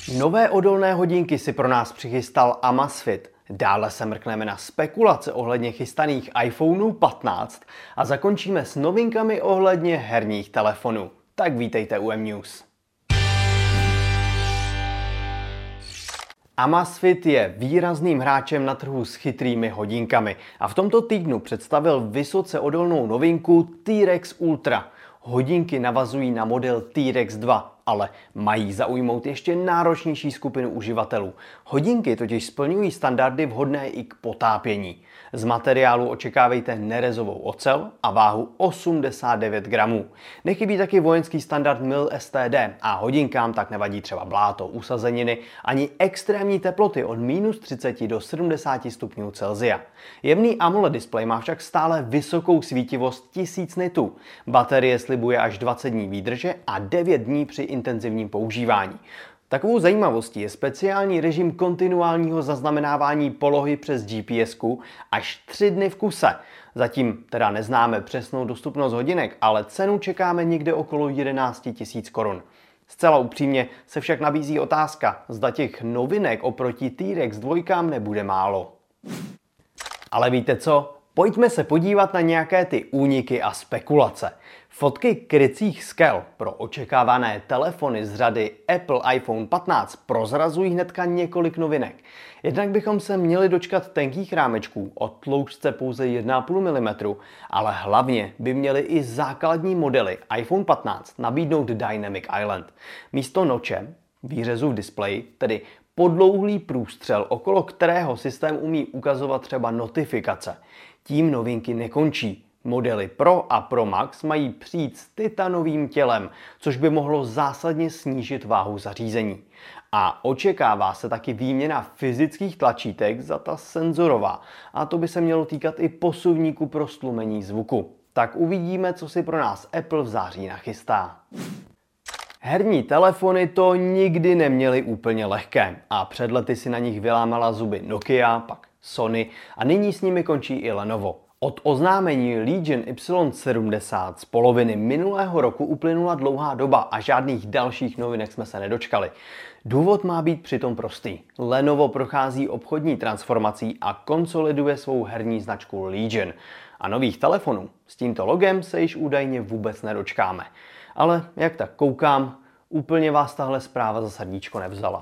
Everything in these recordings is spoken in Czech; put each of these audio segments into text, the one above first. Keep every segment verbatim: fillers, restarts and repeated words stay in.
Nové odolné hodinky si pro nás přichystal Amazfit. Dále se mrkneme na spekulace ohledně chystaných iPhone patnáct a zakončíme s novinkami ohledně herních telefonů. Tak vítejte u M-News. Amazfit je výrazným hráčem na trhu s chytrými hodinkami a v tomto týdnu představil vysoce odolnou novinku T-Rex Ultra. Hodinky navazují na model T-Rex dva, ale mají zaujmout ještě náročnější skupinu uživatelů. Hodinky totiž splňují standardy vhodné i k potápění. Z materiálu očekávejte nerezovou ocel a váhu osmdesát devět gramů. Nechybí taky vojenský standard mil S T D a hodinkám tak nevadí třeba bláto, usazeniny ani extrémní teploty od minus třicet do sedmdesáti stupňů Celsia. Jemný AMOLED displej má však stále vysokou svítivost tisíc nitů. Baterie slibuje až dvacet dní výdrže a devět dní při intenzivním používání. Takovou zajímavostí je speciální režim kontinuálního zaznamenávání polohy přes G P S ku až tři dny v kuse. Zatím teda neznáme přesnou dostupnost hodinek, ale cenu čekáme někde okolo jedenáct tisíc korun. Zcela upřímně se však nabízí otázka, zda těch novinek oproti T-Rex dva nebude málo. Ale víte co? Pojďme se podívat na nějaké ty úniky a spekulace. Fotky krycích skel pro očekávané telefony z řady Apple iPhone patnáct prozrazují hnedka několik novinek. Jednak bychom se měli dočkat tenkých rámečků o tloušťce pouze jedna celá pět milimetru, ale hlavně by měly i základní modely iPhone patnáct nabídnout Dynamic Island. Místo noče, výřezu v displeji, tedy podlouhlý průstřel, okolo kterého systém umí ukazovat třeba notifikace. Tím novinky nekončí. Modely Pro a Pro Max mají přijít s titanovým tělem, což by mohlo zásadně snížit váhu zařízení. A očekává se taky výměna fyzických tlačítek za ta senzorová. A to by se mělo týkat i posuvníku pro stlumení zvuku. Tak uvidíme, co si pro nás Apple v září nachystá. Herní telefony to nikdy neměly úplně lehké a před lety si na nich vylámala zuby Nokia, pak Sony a nyní s nimi končí i Lenovo. Od oznámení Legion Y sedmdesát z poloviny minulého roku uplynula dlouhá doba a žádných dalších novinek jsme se nedočkali. Důvod má být přitom prostý. Lenovo prochází obchodní transformací a konsoliduje svou herní značku Legion. A nových telefonů s tímto logem se již údajně vůbec nedočkáme. Ale jak tak koukám, úplně vás tahle zpráva za srdíčko nevzala.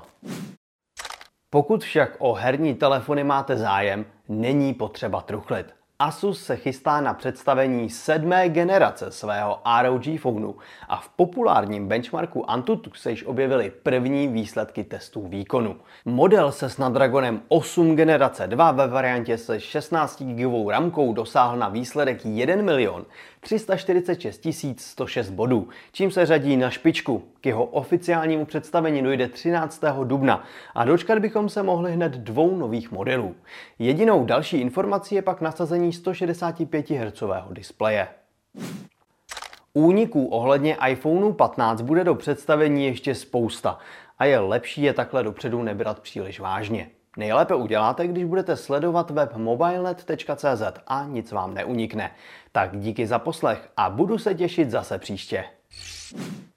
Pokud však o herní telefony máte zájem, není potřeba truchlit. Asus se chystá na představení sedmé generace svého R O G phoneu a v populárním benchmarku Antutu se již objevily první výsledky testů výkonu. Model se Snapdragonem osm generace dva ve variantě se šestnáct gigovou ramkou dosáhl na výsledek jeden milion tři sta čtyřicet šest tisíc sto šest bodů, čím se řadí na špičku. K jeho oficiálnímu představení dojde třináctého dubna a dočkat bychom se mohli hned dvou nových modelů. Jedinou další informací je pak nasazení sto šedesát pět hertzů displeje. Úniků ohledně iPhone patnáct bude do představení ještě spousta a je lepší je takhle dopředu nebrat příliš vážně. Nejlépe uděláte, když budete sledovat web mobilenet tečka cé zet a nic vám neunikne. Tak díky za poslech a budu se těšit zase příště.